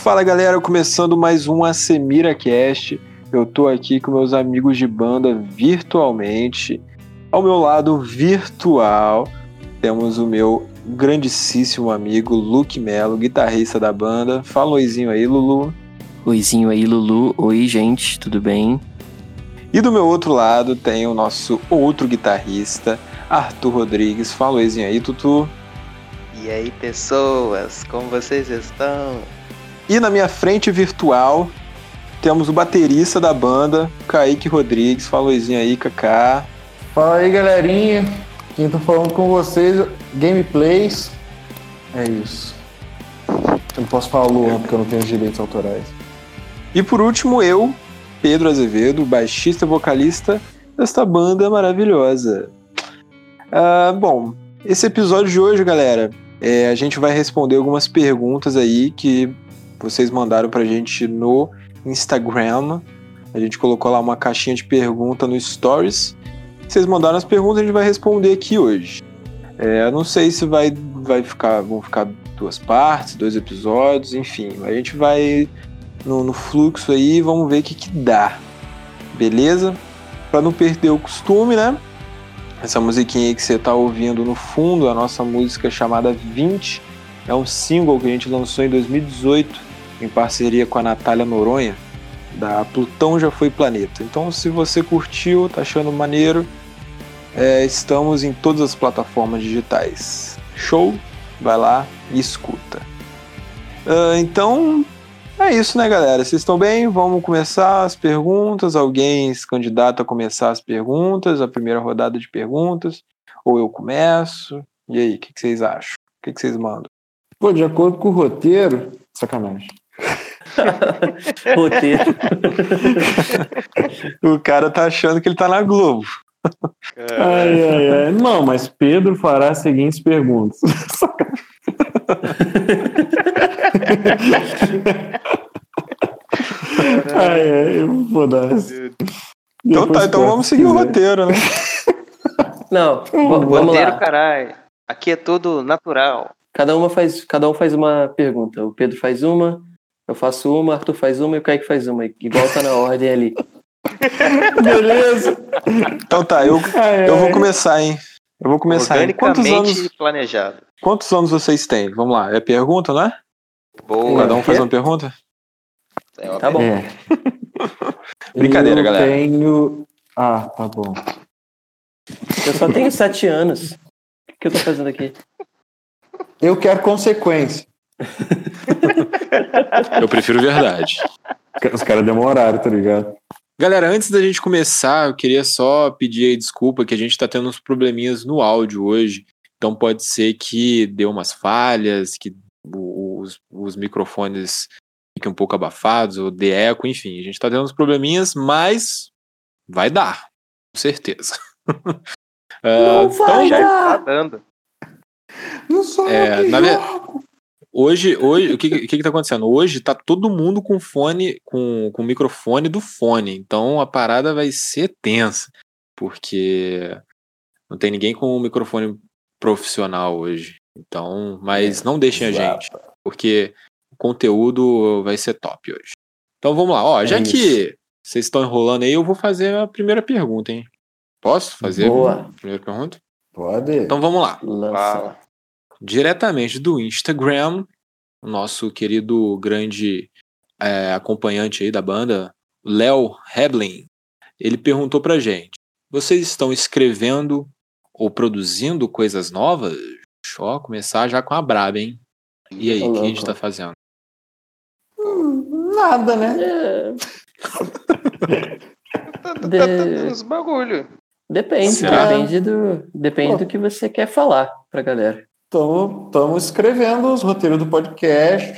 Fala galera, começando mais um Asemira Cast. Eu tô aqui com meus amigos de banda virtualmente. Ao meu lado virtual temos o meu grandíssimo amigo Luke Melo, guitarrista da banda. Fala um oizinho aí, Lulu. Oizinho aí, Lulu. Oi, gente, tudo bem? E do meu outro lado tem o nosso outro guitarrista, Arthur Rodrigues. Fala um oizinho aí, Tutu. E aí, pessoas, como vocês estão? E na minha frente virtual temos o baterista da banda, Kaique Rodrigues. Fala um oizinho aí, Kaká. Fala aí, galerinha. Quem tá falando com vocês, gameplays. É isso. Eu não posso falar Luan porque eu não tenho os direitos autorais. E por último, eu, Pedro Azevedo, baixista e vocalista desta banda maravilhosa. Bom, esse episódio de hoje, galera, a gente vai responder algumas perguntas aí que vocês mandaram pra gente no Instagram. A gente colocou lá uma caixinha de pergunta no Stories. Vocês mandaram as perguntas, a gente vai responder aqui hoje. Eu não sei se vão ficar 2 partes, 2 episódios, enfim. A gente vai no fluxo aí, vamos ver o que dá. Beleza? Pra não perder o costume, né? Essa musiquinha aí que você tá ouvindo no fundo, a nossa música chamada 20, é um single que a gente lançou em 2018, em parceria com a Natália Noronha, da Plutão Já Foi Planeta. Então, se você curtiu, tá achando maneiro, estamos em todas as plataformas digitais. Show? Vai lá e escuta. Então, é isso, né, galera? Vocês estão bem? Vamos começar as perguntas. Alguém se candidata a começar as perguntas, a primeira rodada de perguntas? Ou eu começo? E aí, o que vocês acham? O que vocês mandam? Pô, de acordo com o roteiro... Sacanagem. Roteiro. O cara tá achando que ele tá na Globo. Ai. Não, mas Pedro fará as seguintes perguntas. Eu vou dar essa. Então tá, então vamos seguir o roteiro, né? Não, vamos Roteiro, lá. caralho. Aqui é tudo natural. Cada um faz uma pergunta. O Pedro faz uma, eu faço uma, o Arthur faz uma e o Kaique faz uma. Igual tá na ordem ali. Beleza. Então tá, eu vou começar, hein? Eu vou começar. Organicamente planejado. Quantos anos vocês têm? Vamos lá, é pergunta, né? Boa. Cada um faz uma pergunta? Tá bom. Brincadeira, galera. Tá bom. Eu só tenho 7 anos. O que eu tô fazendo aqui? Eu quero consequência. Eu prefiro verdade. Os caras demoraram, tá ligado? Galera, antes da gente começar, eu queria só pedir aí desculpa que a gente tá tendo uns probleminhas no áudio hoje. Então pode ser que dê umas falhas, que os microfones fiquem um pouco abafados, ou dê eco, enfim. A gente tá tendo uns probleminhas, mas vai dar, com certeza. Não vai Já dar. está dando. Não sou Hoje, o que tá acontecendo? Hoje tá todo mundo com fone, com o microfone do fone. Então a parada vai ser tensa. Porque não tem ninguém com um microfone profissional hoje. Então, mas não deixem a gente. Porque o conteúdo vai ser top hoje. Então vamos lá. Já que vocês estão enrolando aí, eu vou fazer a primeira pergunta, hein? Posso fazer a primeira pergunta? Pode. Então vamos lá. Lança. Diretamente do Instagram, o nosso querido grande acompanhante aí da banda, Léo Heblin, ele perguntou pra gente: vocês estão escrevendo ou produzindo coisas novas? Deixa eu começar já com a braba, hein? E aí, o que a gente tá fazendo? Nada, né? Tá dando uns bagulho. Depende. Será? Depende do que você quer falar pra galera. Estamos escrevendo os roteiros do podcast.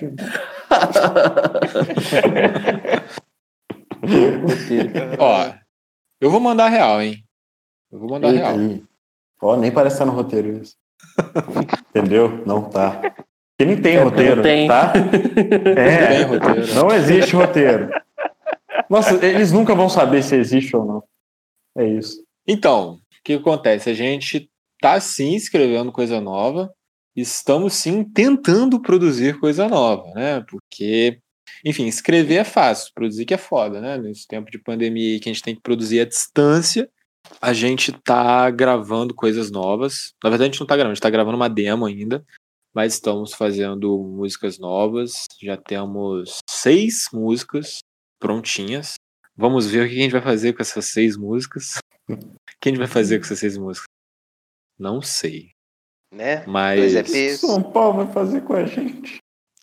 Eu vou mandar real, hein? Eu vou mandar real. Nem parece estar no roteiro isso. Entendeu? Não tá. Porque nem tem roteiro, tem. tá? Tem roteiro. Não existe roteiro. Nossa, eles nunca vão saber se existe ou não. É isso. Então, o que acontece? A gente tá sim escrevendo coisa nova, estamos sim tentando produzir coisa nova, né? Porque Enfim, escrever é fácil, produzir que é foda, né? Nesse tempo de pandemia aí que a gente tem que produzir à distância, a gente tá gravando coisas novas. Na verdade, a gente não tá gravando, a gente tá gravando uma demo ainda, mas estamos fazendo músicas novas. Já temos 6 músicas prontinhas. Vamos ver o que a gente vai fazer com essas 6 músicas. O que a gente vai fazer com essas 6 músicas? Não sei. Né? Mas... 2 EPs. São Paulo vai fazer com a gente.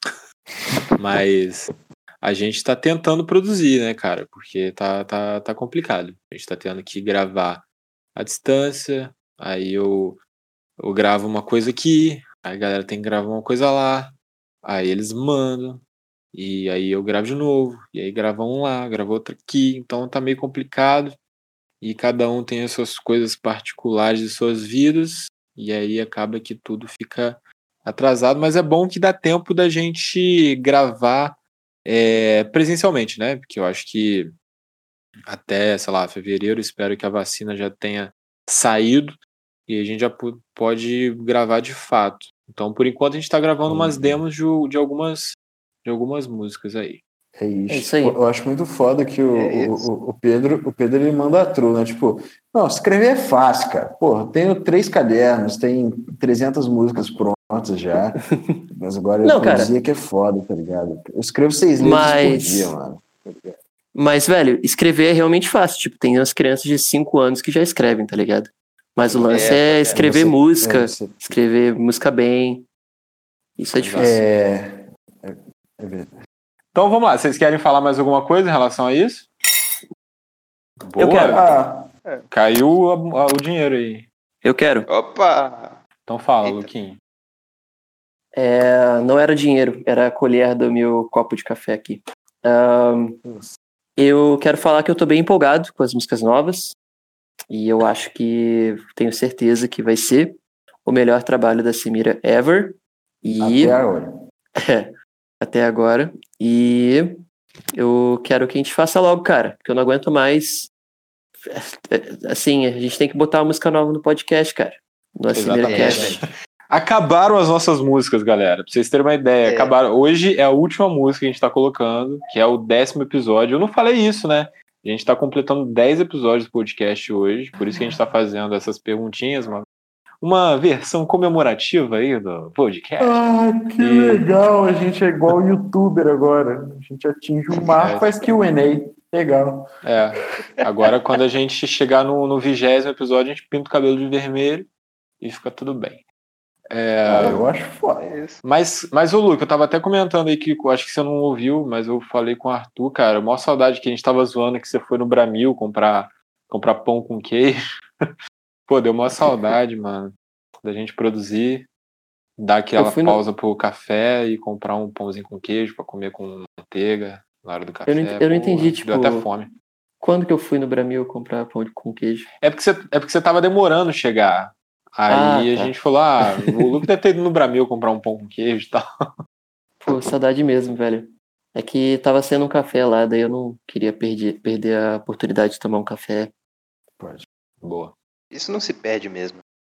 Mas a gente tá tentando produzir, né, cara? Porque tá complicado. A gente tá tendo que gravar à distância. Aí eu gravo uma coisa aqui. Aí a galera tem que gravar uma coisa lá. Aí eles mandam. E aí eu gravo de novo. E aí grava um lá, grava outro aqui. Então tá meio complicado. E cada um tem as suas coisas particulares de suas vidas. E aí acaba que tudo fica atrasado. Mas é bom que dá tempo da gente gravar presencialmente, né? Porque eu acho que até, sei lá, fevereiro, espero que a vacina já tenha saído. E a gente já pode gravar de fato. Então, por enquanto, a gente tá gravando umas demos de algumas músicas aí. É isso. É isso aí. Eu acho muito foda que o Pedro ele manda a true, né? Tipo, não, escrever é fácil, cara. Porra, tenho 3 cadernos, tem 300 músicas prontas já. Mas agora Não, eu cara. dizia que é foda, tá ligado? Eu escrevo 6 letras por dia, mano. Mas, velho, escrever é realmente fácil. Tipo, tem umas crianças de 5 anos que já escrevem, tá ligado? Mas o lance é escrever música, escrever música bem. Isso é difícil. É verdade. Então vamos lá, vocês querem falar mais alguma coisa em relação a isso? Boa. Eu quero. Caiu o dinheiro aí. Eu quero. Opa! Então fala, Eita. Luquinho. Não era dinheiro, era a colher do meu copo de café aqui. Eu quero falar que eu tô bem empolgado com as músicas novas. E eu acho que tenho certeza que vai ser o melhor trabalho da Semira ever. E Até agora. até agora. E eu quero que a gente faça logo, cara, porque eu não aguento mais. Assim, a gente tem que botar uma música nova no podcast, cara. No Semira Cast. Acabaram as nossas músicas, galera. Pra vocês terem uma ideia. Acabaram. Hoje é a última música que a gente tá colocando, que é o 10º episódio. Eu não falei isso, né? A gente tá completando 10 episódios do podcast hoje, por isso que a gente tá fazendo essas perguntinhas, uma versão comemorativa aí do podcast. Que legal, a gente é igual youtuber agora. A gente atinge o marco, faz Q&A. Legal. Agora quando a gente chegar no 20º episódio, a gente pinta o cabelo de vermelho e fica tudo bem. Eu acho foda. Mas o Luke, eu tava até comentando aí que acho que você não ouviu, mas eu falei com o Arthur, cara, a maior saudade que a gente tava zoando que você foi no Bramil comprar pão com queijo. Pô, deu uma saudade, mano, da gente produzir, dar aquela pausa pro café e comprar um pãozinho com queijo pra comer com manteiga na hora do café. Eu não entendi, tipo... Deu até fome. Quando que eu fui no Bramil comprar pão com queijo? É porque você tava demorando chegar. Aí a gente falou, o Luke deve ter ido no Bramil comprar um pão com queijo e tal. Pô, saudade mesmo, velho. É que tava sendo um café lá, daí eu não queria perder a oportunidade de tomar um café. Pode. Boa. Isso não se perde mesmo.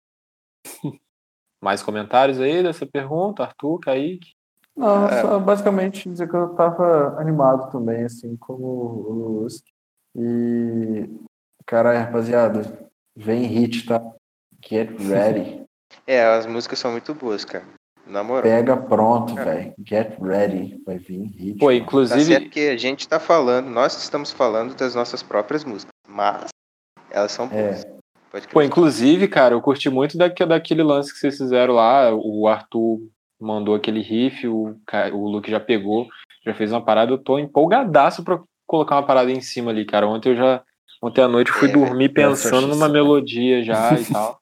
Mais comentários aí dessa pergunta, Arthur, Kaique? Não, só basicamente dizer que eu tava animado também, assim, como o Lusk. E, caralho, rapaziada, vem hit, tá? Get ready. As músicas são muito boas, cara. Na moral. Pega pronto, velho. Get ready. Vai vir hit. Pô, mano. inclusive... Tá certo que a gente tá falando, nós estamos falando das nossas próprias músicas, mas elas são boas. Pô, inclusive, cara, eu curti muito daquele lance que vocês fizeram lá. O Arthur mandou aquele riff, o Luke já pegou, já fez uma parada. Eu tô empolgadaço pra colocar uma parada em cima ali, cara. Ontem à noite eu fui dormir pensando numa melodia já e tal.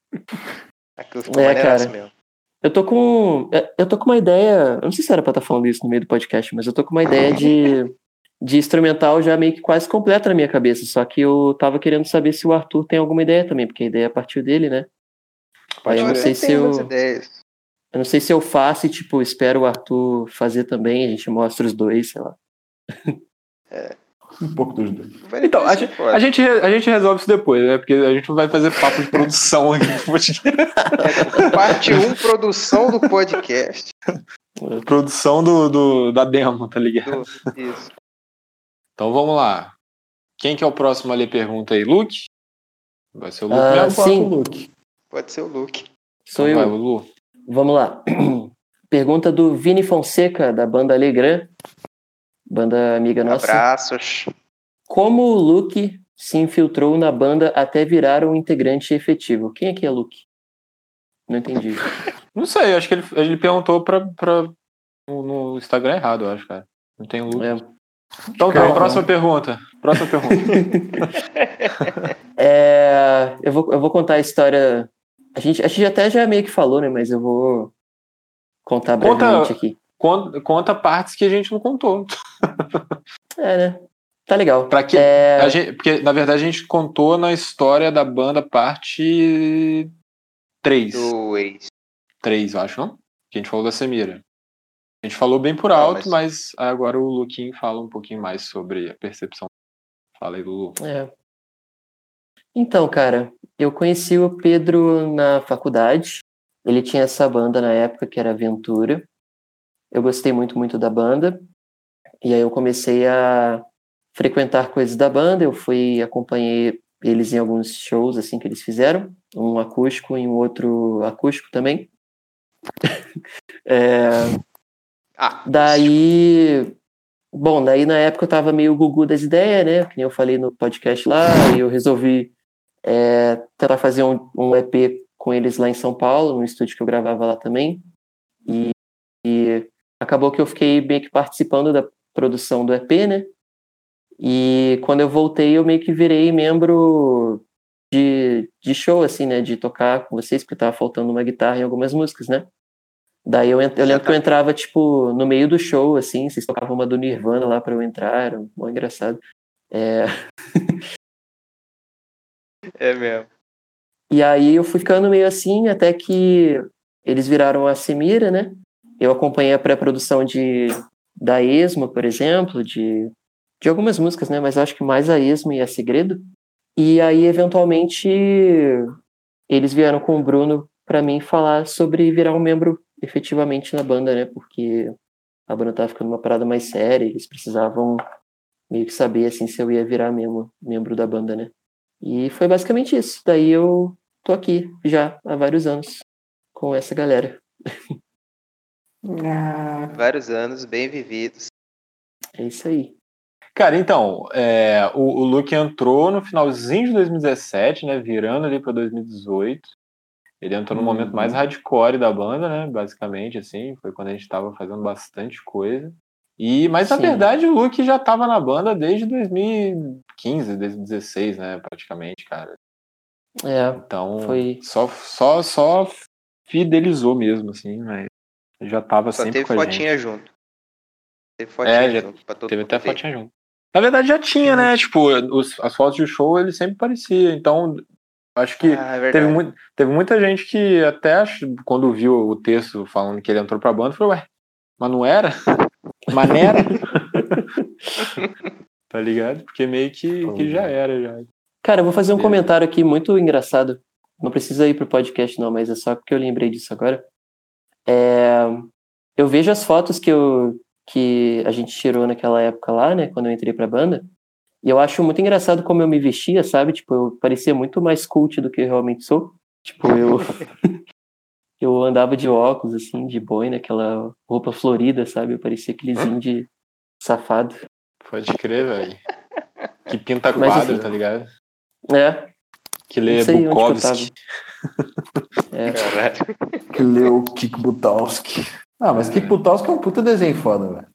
Cara. Mesmo. Eu tô com uma ideia. Eu não sei se era pra estar falando isso no meio do podcast, mas eu tô com uma ideia de instrumental já meio que quase completa na minha cabeça. Só que eu tava querendo saber se o Arthur tem alguma ideia também, porque a ideia partiu dele, né? Aí eu não sei se eu não sei se eu faço e, tipo, espero o Arthur fazer também, a gente mostra os dois, sei lá. Um pouco dos dois. Então, a gente resolve isso depois, né? Porque a gente não vai fazer papo de produção aqui. Parte 1, produção do podcast. Produção da demo, tá ligado? Isso. Então vamos lá. Quem que é o próximo a ler pergunta aí? Luke? Vai ser o Luke mesmo? Sim. O Luke. Pode ser o Luke. Sou Então eu. vai, Lu. Vamos lá. Pergunta do Vini Fonseca, da banda Alegrã, banda amiga nossa. Abraços. Como o Luke se infiltrou na banda até virar um integrante efetivo? Quem é que é Luke? Não entendi. Não sei, acho que ele perguntou no Instagram errado, eu acho, cara. Não tem o Luke. Então tá, próxima pergunta. Eu vou contar a história. A gente até já meio que falou, né? Mas eu vou contar brevemente aqui. Conta partes que a gente não contou. Né? Tá legal. Porque, na verdade, a gente contou na história da banda parte 3. 3, eu acho, não? Que a gente falou da Semira. A gente falou bem por alto, mas agora o Luquinho fala um pouquinho mais sobre a percepção. Fala aí, Lulu. Então, cara, eu conheci o Pedro na faculdade. Ele tinha essa banda na época que era Aventura. Eu gostei muito, muito da banda. E aí eu comecei a frequentar coisas da banda. Eu acompanhei eles em alguns shows assim que eles fizeram. Um acústico e um outro acústico também. Daí na época eu tava meio gugu das ideias, né? Que nem eu falei no podcast lá. E eu resolvi tentar fazer um EP com eles lá em São Paulo, no estúdio que eu gravava lá também. E acabou que eu fiquei meio que participando da produção do EP, né? E quando eu voltei, eu meio que virei membro de show, assim, né? De tocar com vocês, porque tava faltando uma guitarra em algumas músicas, né? Daí eu lembro que eu entrava, tipo, no meio do show, assim, vocês tocavam uma do Nirvana lá pra eu entrar, era muito engraçado. É mesmo. E aí eu fui ficando meio assim, até que eles viraram a Semira, né? Eu acompanhei a pré-produção da Esmo, por exemplo, de algumas músicas, né? Mas acho que mais a Esmo e a Segredo. E aí, eventualmente, eles vieram com o Bruno pra mim falar sobre virar um membro efetivamente na banda, né? Porque a banda tava ficando uma parada mais séria, eles precisavam meio que saber, assim, se eu ia virar mesmo membro da banda, né? E foi basicamente isso. Daí eu tô aqui já há vários anos com essa galera. Vários anos, bem vividos. É isso aí. Cara, então, o Luke entrou no finalzinho de 2017, né? Virando ali pra 2018. Ele entrou no momento mais hardcore da banda, né? Basicamente, assim. Foi quando a gente tava fazendo bastante coisa. Mas, na verdade, o Luke já tava na banda desde 2015, 2016, né? Praticamente, cara. Então, foi... só fidelizou mesmo, assim, mas já tava sempre com a gente. Só teve fotinha junto. Teve fotinha junto pra todo teve mundo até ver. fotinha junto. Na verdade, já tinha, né? Tipo, as fotos de show, ele sempre parecia. Então, acho que teve muita gente que até quando viu o texto falando que ele entrou pra banda, falou, mas não era? Mas não era? Tá ligado? Porque meio que já era, já. Cara, eu vou fazer um comentário aqui muito engraçado. Não precisa ir pro podcast não, mas é só porque eu lembrei disso agora. Eu vejo as fotos que a gente tirou naquela época lá, né? Quando eu entrei pra banda. E eu acho muito engraçado como eu me vestia, sabe? Tipo, eu parecia muito mais cult do que eu realmente sou. Tipo, eu andava de óculos, assim, de boina, aquela roupa florida, sabe? Eu parecia aqueles indie safado. Pode crer, velho. Que pinta quadro, tá ligado? Que lê Bukowski. Caralho. Que lê o Kik Butowski. Mas Kik Butowski é um puta desenho foda, velho.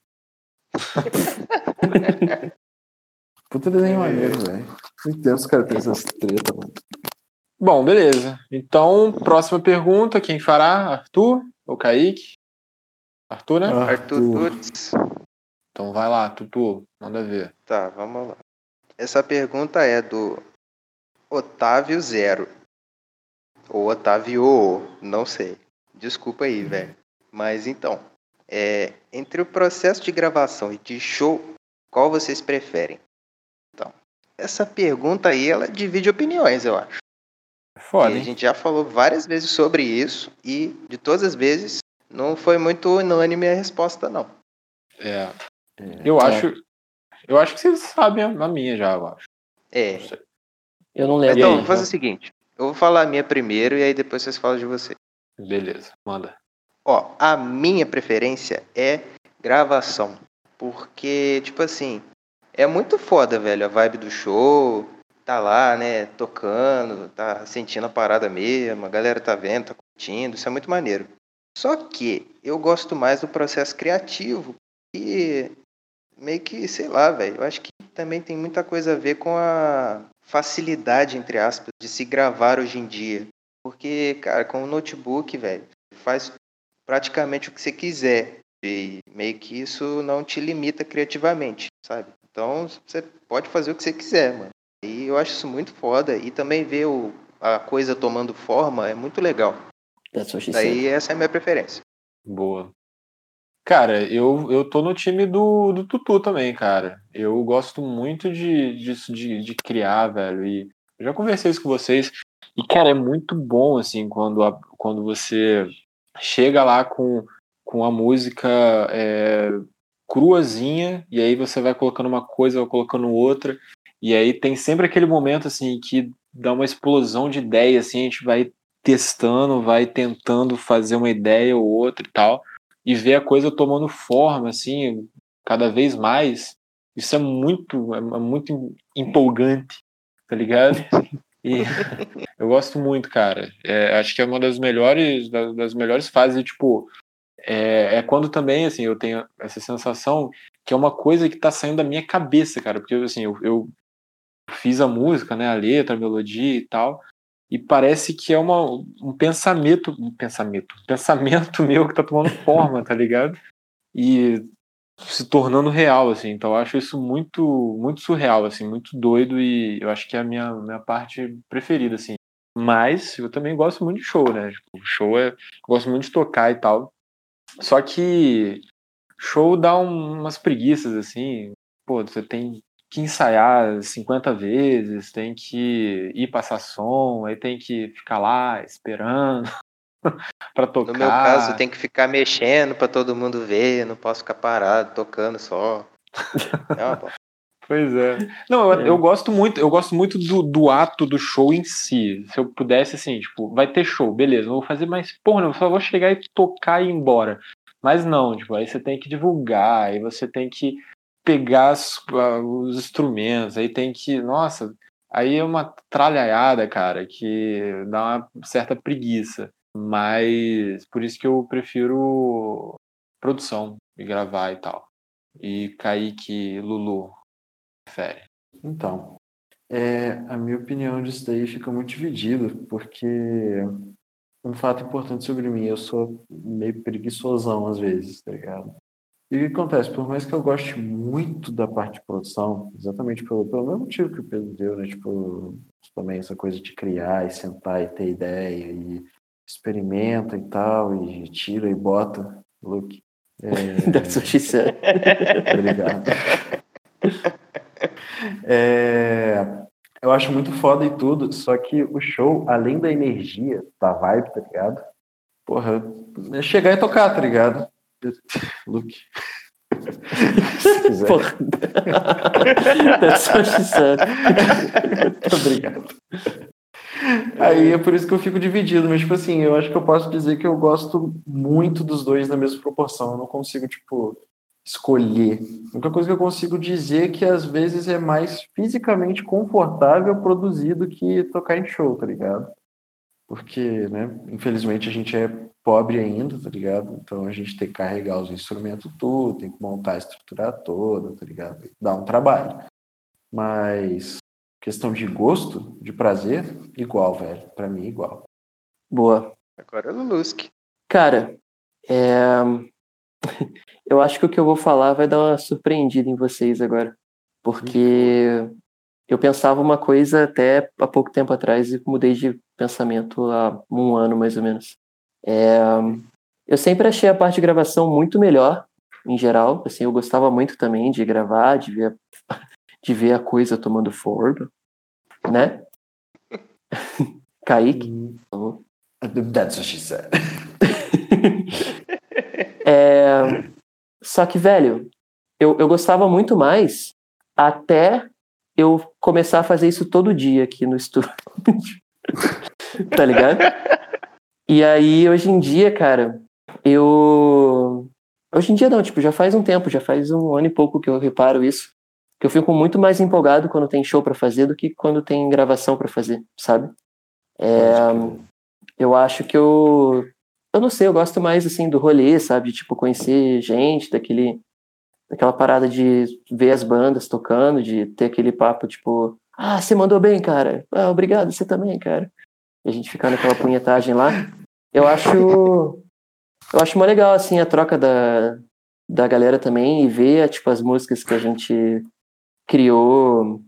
Puta desenho maneiro, velho. Não entendo os caras terem essas tretas, mano. Bom, beleza. Então, próxima pergunta, quem fará? Arthur ou Kaique? Arthur, né? Arthur Tuts. Então vai lá, Tutu, manda ver. Tá, vamos lá. Essa pergunta é do Otávio Zero. Ou Otávio, não sei. Desculpa aí, velho. Mas então, entre o processo de gravação e de show, qual vocês preferem? Então, essa pergunta aí, ela divide opiniões, eu acho. Foda, a gente já falou várias vezes sobre isso e de todas as vezes não foi muito unânime a resposta, não. Eu acho que vocês sabem a minha já, eu acho. É. Não sei. Eu não lembro. Então, aí, vou fazer já. o seguinte. Eu vou falar a minha primeiro e aí depois vocês falam de você. Beleza, manda. Ó, a minha preferência é gravação. Porque, tipo assim, é muito foda, velho, a vibe do show. Tá lá, né, tocando, tá sentindo a parada mesmo, a galera tá vendo, tá curtindo, isso é muito maneiro. Só que eu gosto mais do processo criativo e meio que, sei lá, velho, eu acho que também tem muita coisa a ver com a facilidade, entre aspas, de se gravar hoje em dia. Porque, cara, com o notebook, velho, faz praticamente o que você quiser. E meio que isso não te limita criativamente, sabe? Então você pode fazer o que você quiser, mano. E eu acho isso muito foda. E também ver a coisa tomando forma é muito legal. That's what she Daí said. essa é a minha preferência. Boa. Cara, eu tô no time do Tutu também, cara. Eu gosto muito disso de criar, velho. E eu já conversei isso com vocês. E, cara, é muito bom, assim, quando você chega lá com a música cruazinha, e aí você vai colocando uma coisa, vai colocando outra. E aí tem sempre aquele momento, assim, que dá uma explosão de ideia, assim, a gente vai testando, vai tentando fazer uma ideia ou outra e tal. E ver a coisa tomando forma, assim, cada vez mais, isso é muito empolgante, tá ligado? E eu gosto muito, cara. Acho que é uma das melhores fases, tipo, é quando também, assim, eu tenho essa sensação que é uma coisa que tá saindo da minha cabeça, cara, porque, assim, eu fiz a música, né, a letra, a melodia e tal, e parece que é um pensamento meu que tá tomando forma, tá ligado? E se tornando real, assim. Então eu acho isso muito, muito surreal, assim, muito doido e eu acho que é a minha parte preferida, assim. Mas eu também gosto muito de show, né? Tipo, gosto muito de tocar e tal. Só que show dá umas preguiças, assim. Pô, você tem que ensaiar 50 vezes, tem que ir passar som, aí tem que ficar lá esperando pra tocar. No meu caso, tem que ficar mexendo pra todo mundo ver, não posso ficar parado, tocando só. É uma bosta. Pois é. Não, eu gosto muito do ato do show em si. Se eu pudesse, assim, tipo, vai ter show, beleza, não vou fazer mais porra, não, eu só vou chegar e tocar e ir embora. Mas não, tipo, aí você tem que divulgar, aí você tem que pegar os instrumentos, aí tem que. Nossa, aí é uma tralhaiada, cara, que dá uma certa preguiça. Mas por isso que eu prefiro produção e gravar e tal. E Kaique, Lulu, prefere. Então, a minha opinião disso daí fica muito dividida, porque um fato importante sobre mim, eu sou meio preguiçosão às vezes, tá ligado? E o que acontece? Por mais que eu goste muito da parte de produção, exatamente pelo mesmo motivo que o Pedro deu, né? Tipo, também essa coisa de criar e sentar e ter ideia e experimenta e tal, e tira e bota, look. That's what she said. Obrigado. Eu acho muito foda e tudo, só que o show, além da energia, da vibe, tá ligado? Porra, é chegar e tocar, tá ligado? Luke. Se quiser. Porra. That's what she said. Obrigado. Aí é por isso que eu fico dividido, mas tipo assim, eu acho que eu posso dizer que eu gosto muito dos dois na mesma proporção. Eu não consigo, tipo, escolher. A única coisa que eu consigo dizer é que às vezes é mais fisicamente confortável produzir do que tocar em show, tá ligado? Porque, né, infelizmente a gente é pobre ainda, tá ligado? Então a gente tem que carregar os instrumentos tudo, tem que montar a estrutura toda, tá ligado? Dá um trabalho. Mas questão de gosto, de prazer, igual, velho. Pra mim, igual. Boa. Agora é o Luluski. Cara, eu acho que o que eu vou falar vai dar uma surpreendida em vocês agora. Porque eu pensava uma coisa até há pouco tempo atrás e mudei de pensamento há um ano, mais ou menos. Eu sempre achei a parte de gravação muito melhor, em geral. Assim, eu gostava muito também de gravar, de ver a coisa tomando forma, né? Kaique. That's what she said. Só que, velho, eu gostava muito mais até eu começar a fazer isso todo dia aqui no estúdio. Tá ligado? E aí, hoje em dia, cara, Hoje em dia não, tipo, já faz um tempo, já faz 1 ano e pouco que eu reparo isso. Que eu fico muito mais empolgado quando tem show pra fazer do que quando tem gravação pra fazer, sabe? Eu acho que eu não sei, eu gosto mais, assim, do rolê, sabe? De, tipo, conhecer gente, daquela parada de ver as bandas tocando, de ter aquele papo, tipo, você mandou bem, cara. Obrigado, você também, cara. E a gente ficar naquela punhetagem lá. Eu acho mó legal, assim, a troca da galera também e ver, tipo, as músicas que a gente criou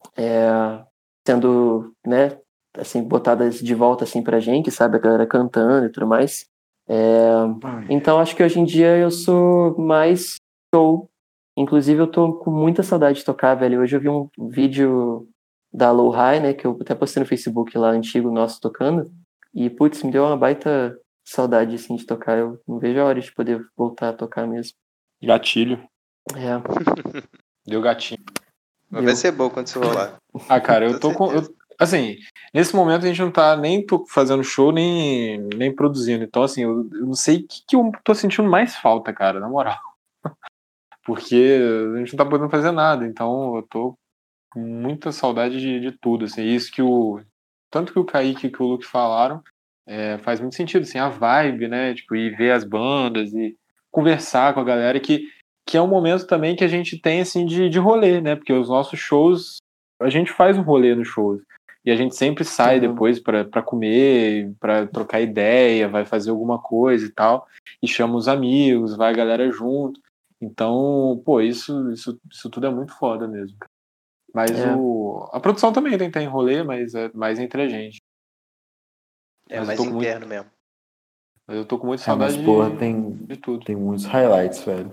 sendo, né, assim, botadas de volta, assim, pra gente, sabe? A galera cantando e tudo mais. Então, acho que hoje em dia eu sou mais show. Inclusive, eu tô com muita saudade de tocar, velho. Hoje eu vi um vídeo da Low High, né, que eu até postei no Facebook lá, antigo, nosso, tocando. E, putz, me deu uma baita saudade, assim, de tocar. Eu não vejo a hora de poder voltar a tocar mesmo. Gatilho. Deu gatinho. Mas vai ser bom quando isso rolar. Cara, eu tô com... assim, nesse momento a gente não tá nem fazendo show, nem produzindo. Então, assim, eu não sei o que eu tô sentindo mais falta, cara, na moral. Porque a gente não tá podendo fazer nada. Então, eu tô com muita saudade de tudo, assim. Isso que tanto que o Kaique e que o Luke falaram, faz muito sentido, assim, a vibe, né? Tipo, ir ver as bandas e conversar com a galera, que é um momento também que a gente tem, assim, de rolê, né? Porque os nossos shows, a gente faz um rolê nos shows. E a gente sempre sai depois pra comer, pra trocar ideia, vai fazer alguma coisa e tal. E chama os amigos, vai a galera junto. Então, pô, isso tudo é muito foda mesmo. Mas a produção também tem rolê, mas é mais entre a gente. Mas mais interno mesmo. Mas eu tô com muita saudade de tudo. Tem muitos highlights, velho.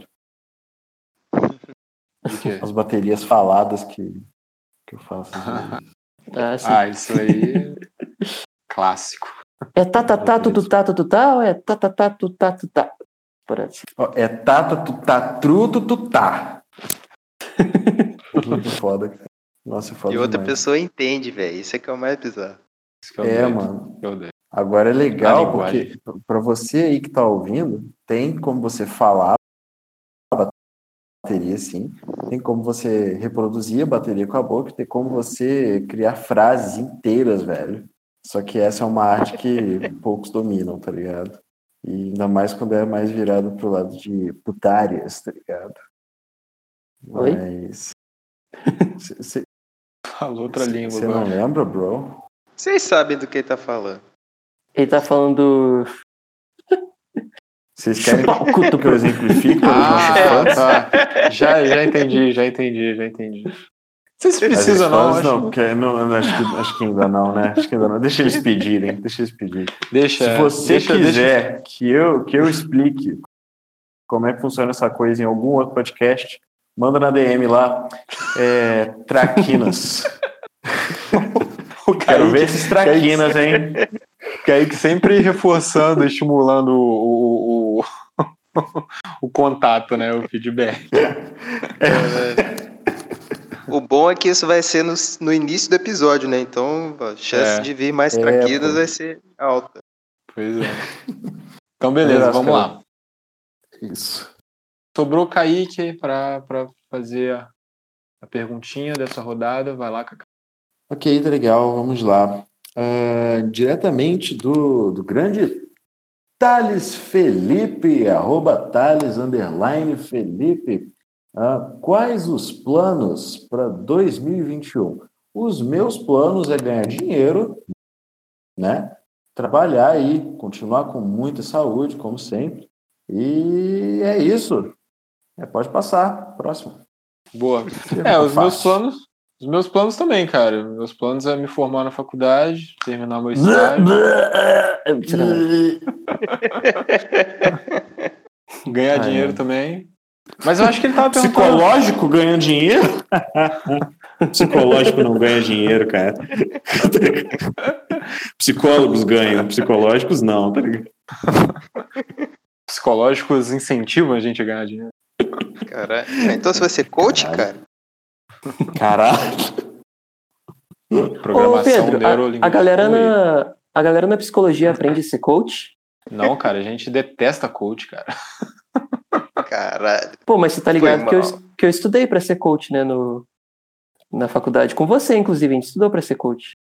De quê? As baterias faladas que eu faço. Sim. Isso aí clássico. É tá, tututá, ou é tá, tutá? Por assim. É tutá. Muito foda, cara. Nossa, foda E outra demais. pessoa entende, velho. Isso é que é o mais bizarro. Mano. Agora é legal porque pra você aí que tá ouvindo, tem como você falar a bateria, sim. Tem como você reproduzir a bateria com a boca, tem como você criar frases inteiras, velho. Só que essa é uma arte que poucos dominam, tá ligado? E ainda mais quando é mais virado pro lado de putárias, tá ligado? Oi? Mas... Você falou outra língua. Você não lembra, bro? Vocês sabem do que ele tá falando. Ele tá falando... Vocês querem que eu exemplifique? Tá. Já entendi. Vocês precisam não, acho que ainda não, né? Acho que ainda não. Deixa eles pedirem. Se você quiser que eu explique como é que funciona essa coisa em algum outro podcast, manda na DM lá. Traquinas. Quero ver esses traquinas, hein? Kaique sempre reforçando, estimulando o contato, né? O feedback. O bom é que isso vai ser no início do episódio, né? Então a chance de vir mais traquinas vai ser alta. Pois é. Então, beleza, vamos lá. Isso. Sobrou o Kaique para fazer a perguntinha dessa rodada. Vai lá, Cacá. Ok, tá legal. Vamos lá. Diretamente do grande Thales Felipe, @Thales_Felipe. Quais os planos para 2021? Os meus planos é ganhar dinheiro, né? Trabalhar aí, continuar com muita saúde, como sempre. E é isso. Pode passar. Próximo. Boa. Os meus planos também, cara. Meus planos é me formar na faculdade, terminar meu estágio. Ganhar dinheiro também. Mas eu acho que ele tava perguntando... Psicológico ganha dinheiro? Psicológico não ganha dinheiro, cara. Psicólogos ganham, psicológicos não, tá ligado? psicológicos incentivam a gente a ganhar dinheiro. Caralho. Então você vai ser coach, cara? Caralho. Ô, Pedro, a galera na psicologia aprende a ser coach? Não, cara, a gente detesta coach, cara. Caralho. Pô, mas você tá ligado Foi que eu estudei pra ser coach, né, na faculdade. Com você, inclusive, a gente estudou pra ser coach.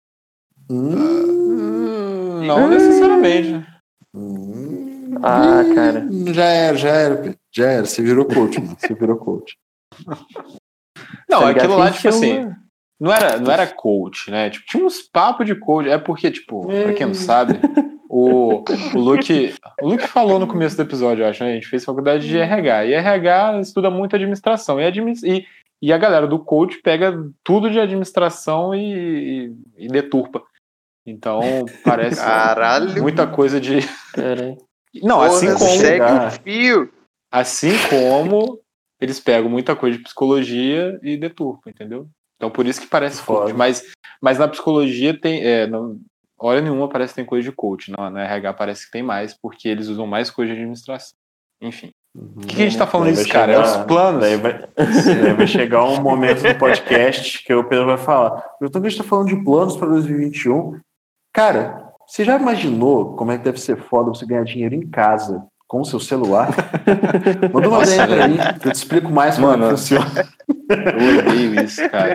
Não necessariamente. Ah, cara. Já era, Pedro. Já era. Você virou coach, mano. Você virou coach. Não, Tá ligado aquilo que a lá, gente tipo tinha assim, não era coach, né? Tipo, tinha uns papos de coach. É porque, tipo, pra quem não sabe, o Luke falou no começo do episódio, eu acho, né? A gente fez faculdade de RH. E RH estuda muito administração. E a galera do coach pega tudo de administração e deturpa. Então, parece Caralho. muita coisa de... Caralho. Não, Porra, assim como... segue o fio. Assim como eles pegam muita coisa de psicologia e deturpam, entendeu? Então por isso que parece coach. Mas na psicologia tem. Hora nenhuma parece que tem coisa de coach. Na RH parece que tem mais, porque eles usam mais coisa de administração. Enfim. O que a gente tá falando disso, cara? É os planos. Daí vai chegar um momento do podcast que o Pedro vai falar. Então a gente tá falando de planos para 2021. Cara, você já imaginou como é que deve ser foda você ganhar dinheiro em casa? Com o seu celular. Manda uma ideia pra mim, que eu te explico mais como é que funciona. Eu odeio isso, cara.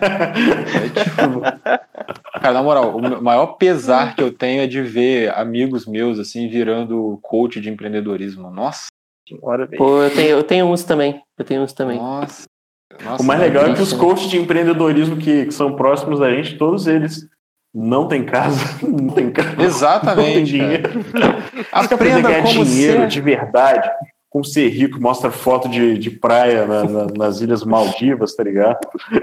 Cara, na moral, o maior pesar que eu tenho é de ver amigos meus, assim, virando coach de empreendedorismo. Nossa, que hora, velho. Pô, eu tenho uns também. Nossa, o mais legal é que os triste, coaches de empreendedorismo que são próximos da gente, todos eles não têm casa, não tem carro, exatamente, não tem dinheiro. Aprenda ganhar como dinheiro ser de verdade, como ser rico, mostra foto de praia nas Ilhas Maldivas, tá ligado?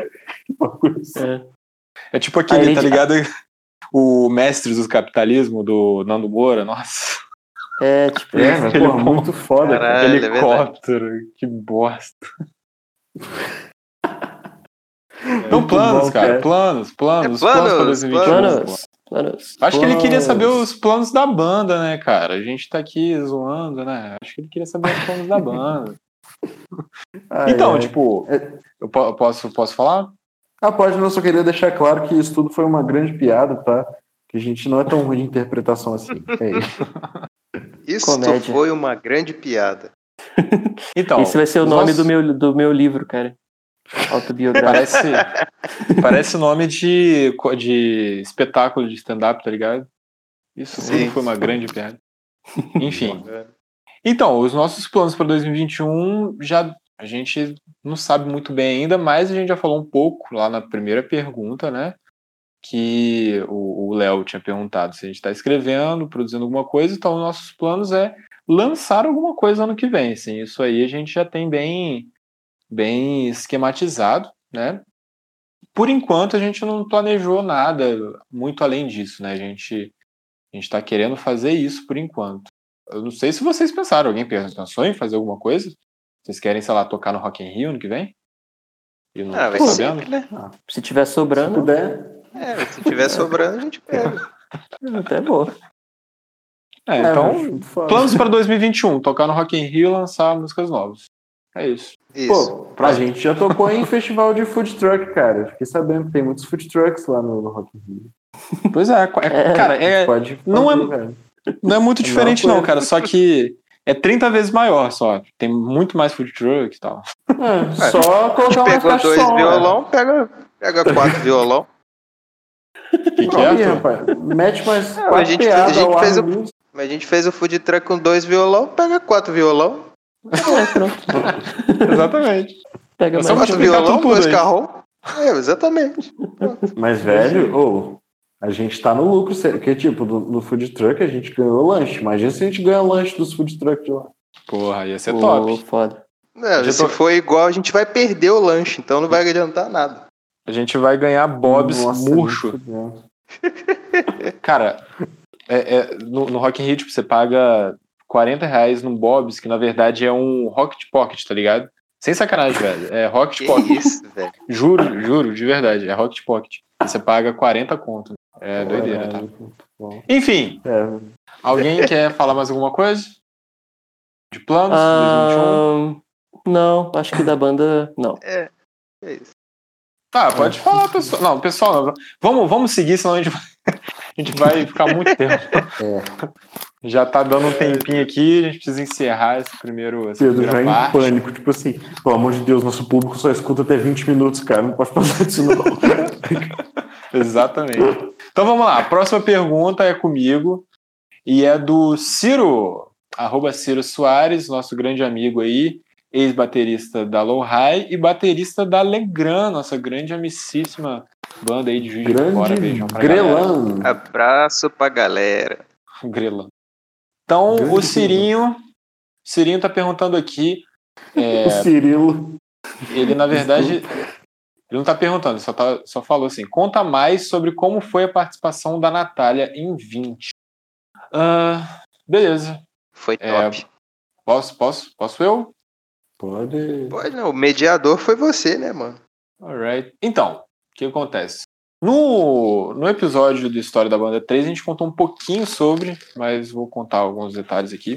É tipo aquele, tá ligado? O Mestres do Capitalismo do Nando Moura, nossa. É, tipo, mas porra, muito foda. Caralho, helicóptero, que bosta. Então, planos, bom, cara. Planos para 2021. Planos. Acho que ele queria saber os planos da banda, né, cara? A gente tá aqui zoando, né? Acho que ele queria saber os planos da banda. Então, tipo, eu posso falar? Pode, não, só queria deixar claro que isso tudo foi uma grande piada, tá? Que a gente não é tão ruim de interpretação assim. É isso. Isso Comédia. foi uma grande piada. Então, esse vai ser o nome do meu livro, cara. Autobiográfico. Parece nome de espetáculo de stand-up, tá ligado? Isso sim foi uma grande piada. Enfim. Então, os nossos planos para 2021 a gente não sabe muito bem ainda, mas a gente já falou um pouco lá na primeira pergunta, né? Que o Léo tinha perguntado se a gente está escrevendo, produzindo alguma coisa, então os nossos planos é lançar alguma coisa ano que vem. Assim, isso aí a gente já tem bem esquematizado, né? Por enquanto a gente não planejou nada muito além disso, né? A gente está querendo fazer isso por enquanto. Eu não sei se vocês pensaram, alguém pensou em fazer alguma coisa? Vocês querem, sei lá, tocar no Rock in Rio ano que vem? Eu não vai tô ser sabendo. sempre, né? Se tiver sobrando, Se puder. Se tiver sobrando, a gente pega. até bom. Então, planos para 2021, tocar no Rock in Rio e lançar músicas novas. É isso. Pô, a gente já tocou em festival de food truck, cara. Fiquei sabendo que tem muitos food trucks lá no Rock in Rio. Pois é, cara, não é muito diferente não, cara, só que é 30 vezes maior só. Tem muito mais food truck e tal. Só colocar uma pegou 2 violão, pega 4 violão. Que é, rapaz? Mete mais a gente fez o food truck com 2 violão, pega 4 violão. Pronto. Exatamente. Pega mais 4 violão, 2 carrão. Exatamente. Mas, velho, a gente tá no lucro, porque, tipo, no food truck a gente ganhou lanche. Imagina se a gente ganha lanche dos food truck de lá. Porra, ia ser top. Foda. Se for igual, a gente vai perder o lanche, então não vai adiantar nada. A gente vai ganhar bobs murcho. Cara, no Rock in Rio, tipo, você paga R$40 num bobs, que na verdade é um Rocket Pocket, tá ligado? Sem sacanagem, velho. É Rocket Pocket. Isso, velho. Juro, de verdade. É Rocket Pocket. E você paga 40 conto. É doideira, tá? Enfim. Alguém quer falar mais alguma coisa? De planos, 2021? Não, acho que da banda, não. É isso. Tá, pode falar, pessoal. Não, pessoal, vamos seguir, senão a gente vai ficar muito tempo. Já tá dando um tempinho aqui, a gente precisa encerrar essa primeira Pedro já parte. em pânico, tipo assim, pelo amor de Deus, nosso público só escuta até 20 minutos, cara, não pode passar disso não. Exatamente. Então vamos lá, a próxima pergunta é comigo e é do Ciro, @Ciro Soares, nosso grande amigo aí, ex-baterista da Low High e baterista da Legrand, nossa grande amicíssima banda aí de Juiz de Fora. Beijão pra Grelão. Abraço pra galera. Grelão. Então, Grande o Cirinho tá perguntando aqui. O Cirilo. Ele, na verdade, ele não tá perguntando, só falou assim: conta mais sobre como foi a participação da Natália em 20. Beleza. Foi top. Posso eu? Pode. Pode não, o mediador foi você, né, mano? Alright. Então, o que acontece? No episódio do História da Banda 3, a gente contou um pouquinho sobre, mas vou contar alguns detalhes aqui.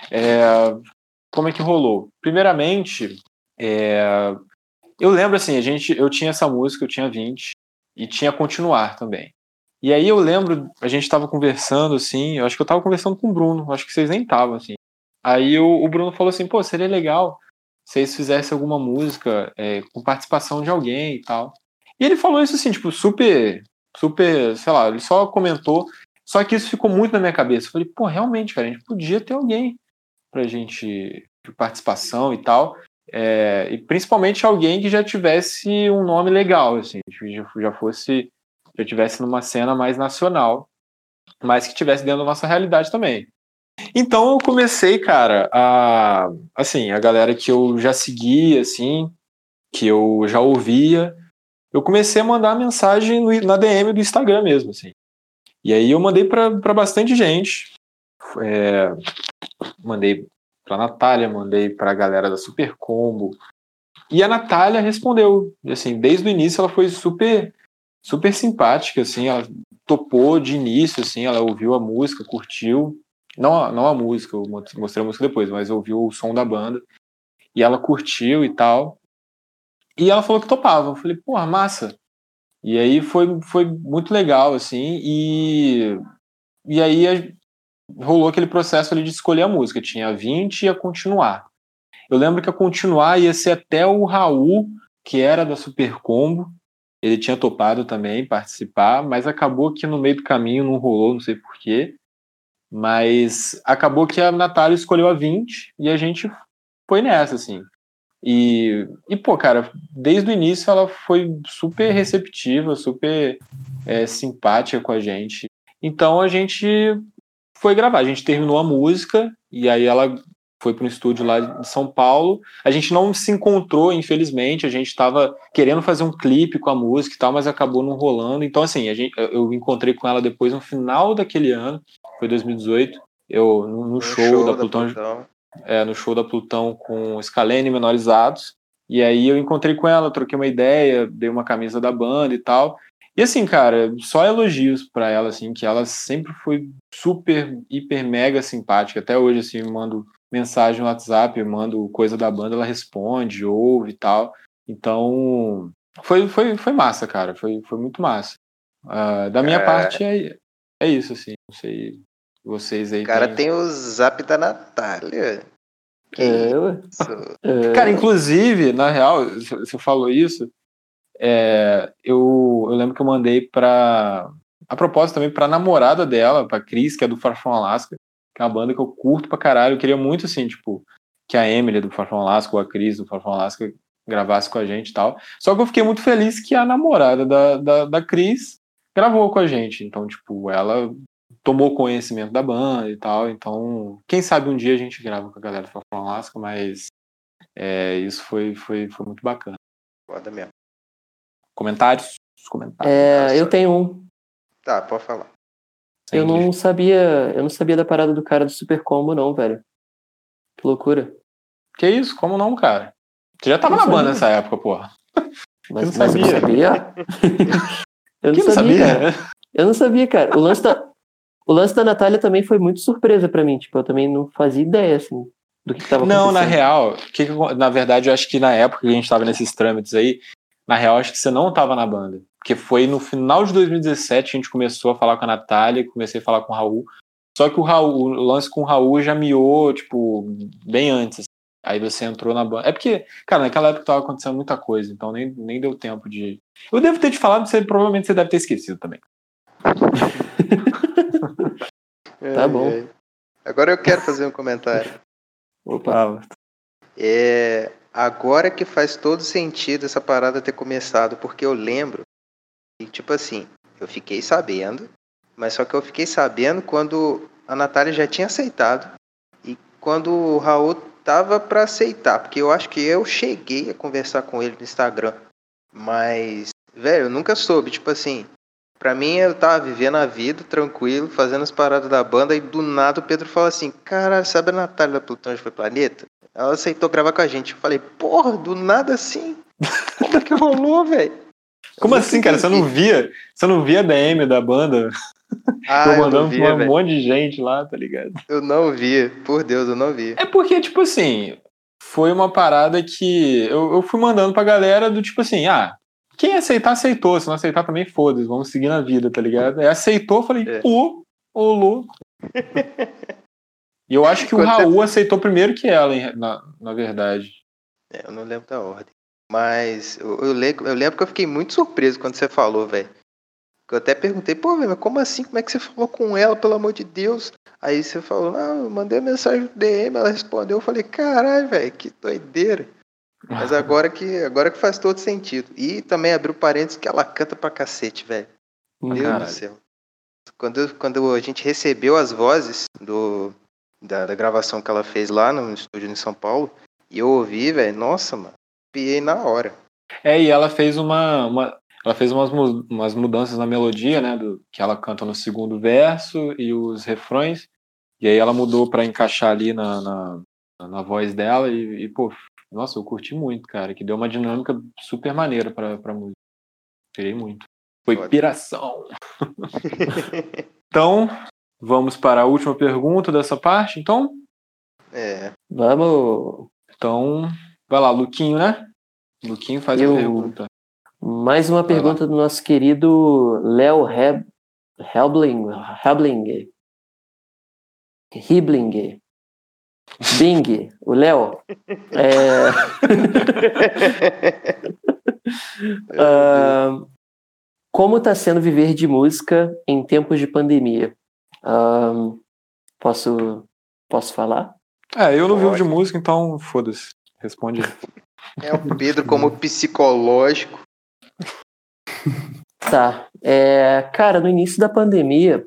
Como é que rolou? Primeiramente, eu lembro assim, eu tinha essa música, eu tinha 20, e tinha Continuar também. E aí eu lembro, a gente tava conversando assim, eu acho que eu tava conversando com o Bruno, acho que vocês nem estavam assim. Aí o Bruno falou assim, pô, seria legal se vocês fizessem alguma música com participação de alguém e tal. E ele falou isso assim, tipo, super, sei lá, ele só comentou, só que isso ficou muito na minha cabeça. Eu falei, pô, realmente, cara, a gente podia ter alguém pra gente, de participação e tal, e principalmente alguém que já tivesse um nome legal, assim, já tivesse numa cena mais nacional, mas que tivesse dentro da nossa realidade também. Então eu comecei, cara, a galera que eu já seguia, assim, que eu já ouvia, eu comecei a mandar mensagem na DM do Instagram mesmo, assim. E aí eu mandei pra bastante gente. Mandei pra Natália, mandei pra galera da Super Combo. E a Natália respondeu. Assim, desde o início ela foi super, super simpática, assim, ela topou de início, assim, ela ouviu a música, curtiu. Não a música, eu mostrei a música depois, mas ouviu o som da banda. E ela curtiu e tal. E ela falou que topava. Eu falei, porra, massa. E aí foi muito legal, assim, e aí rolou aquele processo ali de escolher a música. Tinha a 20 e a Continuar. Eu lembro que a Continuar ia ser até o Raul, que era da Super Combo. Ele tinha topado também participar, mas acabou que no meio do caminho não rolou, não sei porquê. Mas acabou que a Natália escolheu a 20 e a gente foi nessa, assim. E pô, cara, desde o início ela foi super receptiva, super simpática com a gente. Então a gente foi gravar, a gente terminou a música e aí ela foi para um estúdio lá de São Paulo. A gente não se encontrou, infelizmente, a gente estava querendo fazer um clipe com a música e tal, mas acabou não rolando. Então assim, eu encontrei com ela depois no final daquele ano, foi 2018, no show da Plutão. No show da Plutão com Scalene e Menorizados. E aí eu encontrei com ela, troquei uma ideia, dei uma camisa da banda e tal. E assim, cara, só elogios pra ela, assim, que ela sempre foi super, hiper, mega simpática. Até hoje, assim, eu mando mensagem no WhatsApp, eu mando coisa da banda, ela responde, ouve e tal. Então, foi massa, cara. Foi muito massa. Da minha parte, é isso, assim. Não sei... Vocês aí. O cara tem o zap da Natália. Cara, inclusive, na real, você falou isso. Eu lembro que eu mandei a propósito também pra namorada dela, pra Cris, que é do Far From Alaska, que é uma banda que eu curto pra caralho. Eu queria muito, assim, tipo, que a Emily do Far From Alaska ou a Cris do Far From Alaska gravasse com a gente e tal. Só que eu fiquei muito feliz que a namorada da Cris gravou com a gente. Então, tipo, ela tomou conhecimento da banda e tal, então quem sabe um dia a gente grava com a galera do Far From Alaska, mas isso foi muito bacana. Foda mesmo. Comentários? Eu tenho um. Tá, pode falar. Eu não sabia da parada do cara do Super Combo não, velho. Que loucura. Que isso? Como não, cara? Você já tava na banda nessa época, porra. Mas não sabia. Eu não sabia? Eu não sabia, cara. Eu não sabia, cara. O lance da Natália também foi muito surpresa pra mim. Tipo, eu também não fazia ideia, assim. do que tava Não, na acontecendo. real, na verdade, eu acho que na época que a gente tava nesses trâmites aí, na real, acho que você não tava na banda. Porque foi no final de 2017 que a gente começou a falar com a Natália, comecei a falar com o Raul. Só que o lance com o Raul já miou, tipo, bem antes. Assim. Aí você entrou na banda. É porque, cara, naquela época tava acontecendo muita coisa, então nem deu tempo de... Eu devo ter te falado, provavelmente você deve ter esquecido também. Tá bom. Agora eu quero fazer um comentário. Opa. Agora que faz todo sentido essa parada ter começado, porque eu lembro que, tipo assim, eu fiquei sabendo, mas só que eu fiquei sabendo quando a Natália já tinha aceitado e quando o Raul tava pra aceitar, porque eu acho que eu cheguei a conversar com ele no Instagram, mas, velho, eu nunca soube, tipo assim, pra mim eu tava vivendo a vida, tranquilo, fazendo as paradas da banda, e do nada o Pedro fala assim, caralho, sabe a Natália da Plutão foi Planeta? Ela aceitou gravar com a gente. Eu falei, porra, do nada assim? Como é que rolou, velho? Como assim, cara? Você não via a DM da banda? Eu mandando não via, pra um monte de gente lá, tá ligado? Eu não via, por Deus, eu não via. É porque, tipo assim, foi uma parada que eu fui mandando pra galera do tipo assim, quem aceitar, aceitou. Se não aceitar, também foda-se, vamos seguir na vida, tá ligado? Aí aceitou, falei, pô, ô louco. E eu acho que o Raul aceitou primeiro que ela, na verdade. Eu não lembro da ordem. Mas eu lembro que eu fiquei muito surpreso quando você falou, velho. Eu até perguntei, pô, velho, mas como assim? Como é que você falou com ela, pelo amor de Deus? Aí você falou, não, eu mandei mensagem no DM, ela respondeu. Eu falei, caralho, velho, que doideira. Mas agora que faz todo sentido. E também abriu parênteses que ela canta pra cacete, velho. Deus do céu. Quando a gente recebeu as vozes da gravação que ela fez lá no estúdio em São Paulo, e eu ouvi, velho, nossa, mano, piei na hora. E ela fez ela fez umas mudanças na melodia, né, que ela canta no segundo verso e os refrões, e aí ela mudou pra encaixar ali na voz dela e, pô, nossa, eu curti muito, cara, que deu uma dinâmica super maneira pra música. Esperei muito. Foi piração. Então, vamos para a última pergunta dessa parte, então? Vamos. Então, vai lá, Luquinho, né? Luquinho faz a pergunta. Mais uma pergunta do nosso querido Léo Hiblinger. Bing, o Léo. Como está sendo viver de música em tempos de pandemia? Posso falar? Eu não vivo de música, então foda-se. Responde aí. O Pedro como psicológico. Tá. Cara, no início da pandemia,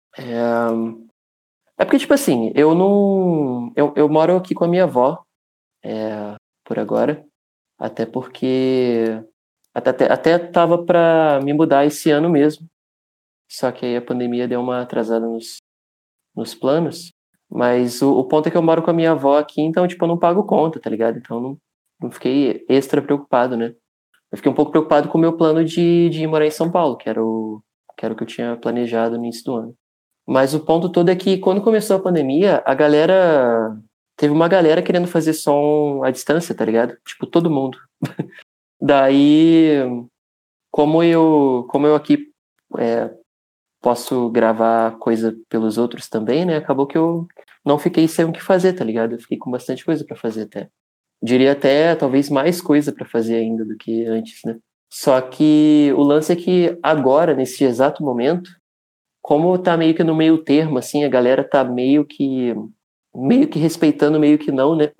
porque, tipo assim, eu moro aqui com a minha avó, por agora, até porque até tava pra me mudar esse ano mesmo, só que aí a pandemia deu uma atrasada nos planos, mas o ponto é que eu moro com a minha avó aqui, então, tipo, eu não pago conta, tá ligado? Então, não fiquei extra preocupado, né? Eu fiquei um pouco preocupado com o meu plano de ir morar em São Paulo, que era o que eu tinha planejado no início do ano. Mas o ponto todo é que quando começou a pandemia, teve uma galera querendo fazer som à distância, tá ligado? Tipo, todo mundo. Daí, como eu aqui posso gravar coisa pelos outros também, né? Acabou que eu não fiquei sem o que fazer, tá ligado? Eu fiquei com bastante coisa pra fazer até. Diria até, talvez, mais coisa pra fazer ainda do que antes, né? Só que o lance é que agora, nesse exato momento, como tá meio que no meio termo, assim, a galera tá meio que respeitando, meio que não, né?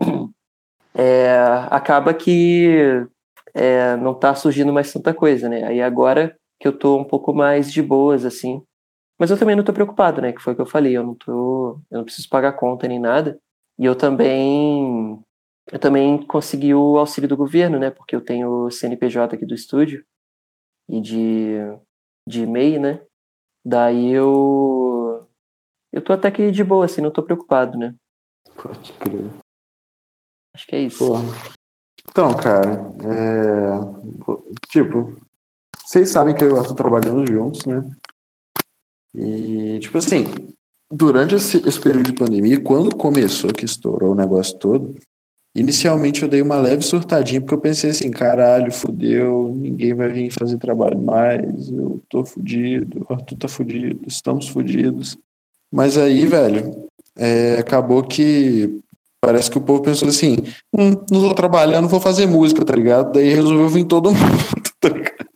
Acaba que não tá surgindo mais tanta coisa, né? Aí agora que eu tô um pouco mais de boas, assim. Mas eu também não tô preocupado, né? Que foi o que eu falei, eu não preciso pagar conta nem nada. E eu também consegui o auxílio do governo, né? Porque eu tenho o CNPJ aqui do estúdio e de MEI, né? Daí eu tô até que de boa, assim, não tô preocupado, né? Pode crer. Acho que é isso. Pô. Então, cara, tipo, vocês sabem que eu estou trabalhando juntos, né? E, tipo assim, durante esse período de pandemia, quando começou, que estourou o negócio todo, inicialmente eu dei uma leve surtadinha, porque eu pensei assim, caralho, fudeu, ninguém vai vir fazer trabalho mais, eu tô fudido, o Arthur tá fudido, estamos fudidos. Mas aí, velho, acabou que parece que o povo pensou assim, não vou trabalhar, não vou fazer música, tá ligado? Daí resolveu vir todo mundo, tá ligado?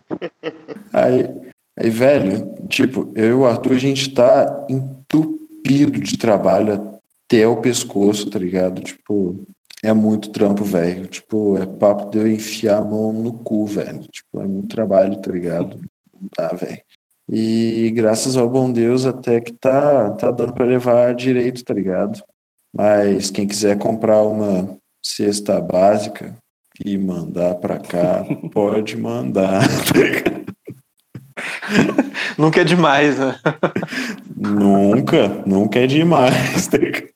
Aí, velho, tipo, eu e o Arthur, a gente tá entupido de trabalho até o pescoço, tá ligado? Tipo, é muito trampo, velho. Tipo, é papo de eu enfiar a mão no cu, velho. Tipo, é muito trabalho, tá ligado? Não dá, velho. E graças ao bom Deus até que tá dando pra levar direito, tá ligado? Mas quem quiser comprar uma cesta básica e mandar pra cá, pode mandar, tá ligado? Nunca é demais, né? Nunca é demais, tá ligado?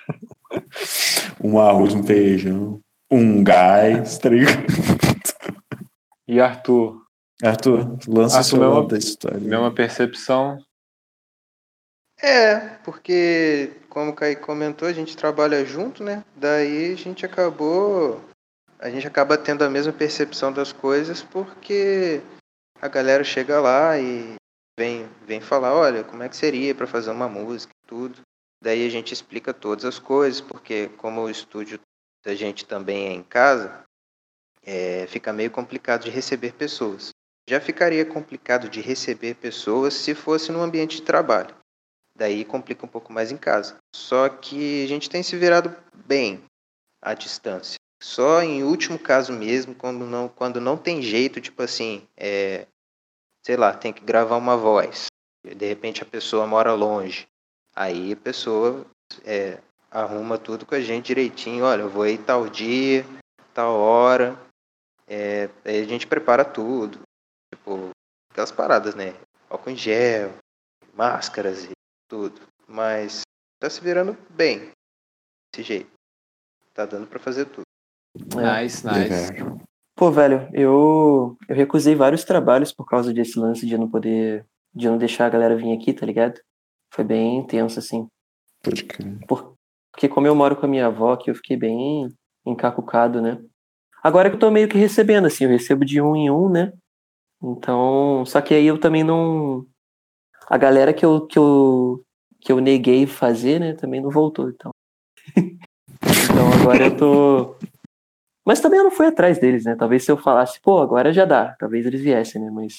Um arroz, um feijão, um gás, tá ligado? E Arthur, lança seu lado da história. mesma percepção? Porque, como o Kaique comentou, a gente trabalha junto, né? Daí a gente acaba tendo a mesma percepção das coisas, porque a galera chega lá e vem falar, olha, como é que seria para fazer uma música e tudo. Daí a gente explica todas as coisas, porque como o estúdio da gente também é em casa, fica meio complicado de receber pessoas. Já ficaria complicado de receber pessoas se fosse no ambiente de trabalho. Daí complica um pouco mais em casa. Só que a gente tem se virado bem à distância. Só em último caso mesmo, quando não tem jeito, tipo assim, sei lá, tem que gravar uma voz. De repente a pessoa mora longe. Aí a pessoa arruma tudo com a gente direitinho. Olha, eu vou aí tal dia, tal hora. Aí a gente prepara tudo. Tipo, aquelas paradas, né? Álcool em gel, máscaras e tudo. Mas tá se virando bem desse jeito. Tá dando pra fazer tudo. Nice. Pô, velho, eu recusei vários trabalhos por causa desse lance de não deixar a galera vir aqui, tá ligado? Foi bem intenso, assim. Pode crer. Porque como eu moro com a minha avó aqui, eu fiquei bem encacucado, né? Agora que eu tô meio que recebendo, assim, eu recebo de 1 em 1, né? Então, só que aí eu também não... A galera que eu neguei fazer, né, também não voltou, então... Então agora eu tô... Mas também eu não fui atrás deles, né? Talvez se eu falasse, pô, agora já dá. Talvez eles viessem, né? Mas...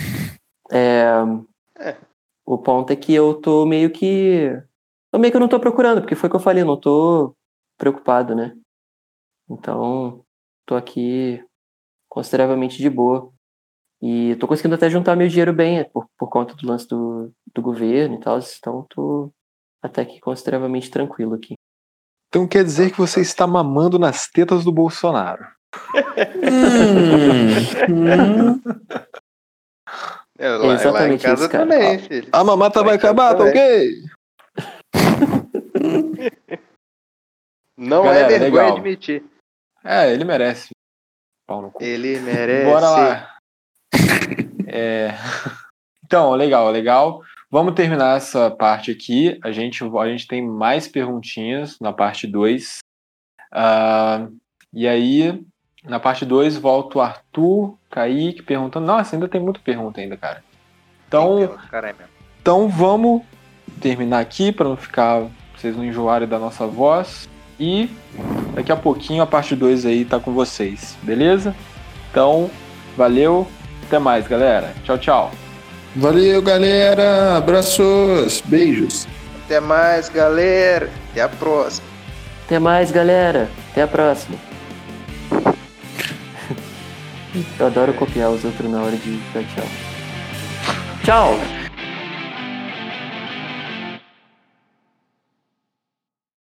O ponto é que eu tô meio que... Eu meio que eu não tô procurando, porque foi o que eu falei, eu não tô preocupado, né? Então, tô aqui consideravelmente de boa. E tô conseguindo até juntar meu dinheiro bem, por conta do lance do governo e tal. Então, tô até que consideravelmente tranquilo aqui. Então quer dizer que você está mamando nas tetas do Bolsonaro. Lá em casa isso, cara. também, filho. A mamata vai acabar, tá ok? Não Galera, é vergonha legal. admitir. Ele merece. Pau no cu. Ele merece. Bora lá. Então, legal. Vamos terminar essa parte aqui. A gente tem mais perguntinhas na parte 2. E aí, na parte 2, volta o Arthur, Kaique perguntando. Nossa, ainda tem muita pergunta ainda, cara. Então vamos terminar aqui para não ficar, vocês não enjoarem da nossa voz. E daqui a pouquinho a parte 2 aí tá com vocês, beleza? Então, valeu. Até mais, galera. Tchau, tchau. Valeu, galera. Abraços. Beijos. Até mais, galera. Até a próxima. Até mais, galera. Até a próxima. Eu adoro copiar os outros na hora de dar tchau. Tchau!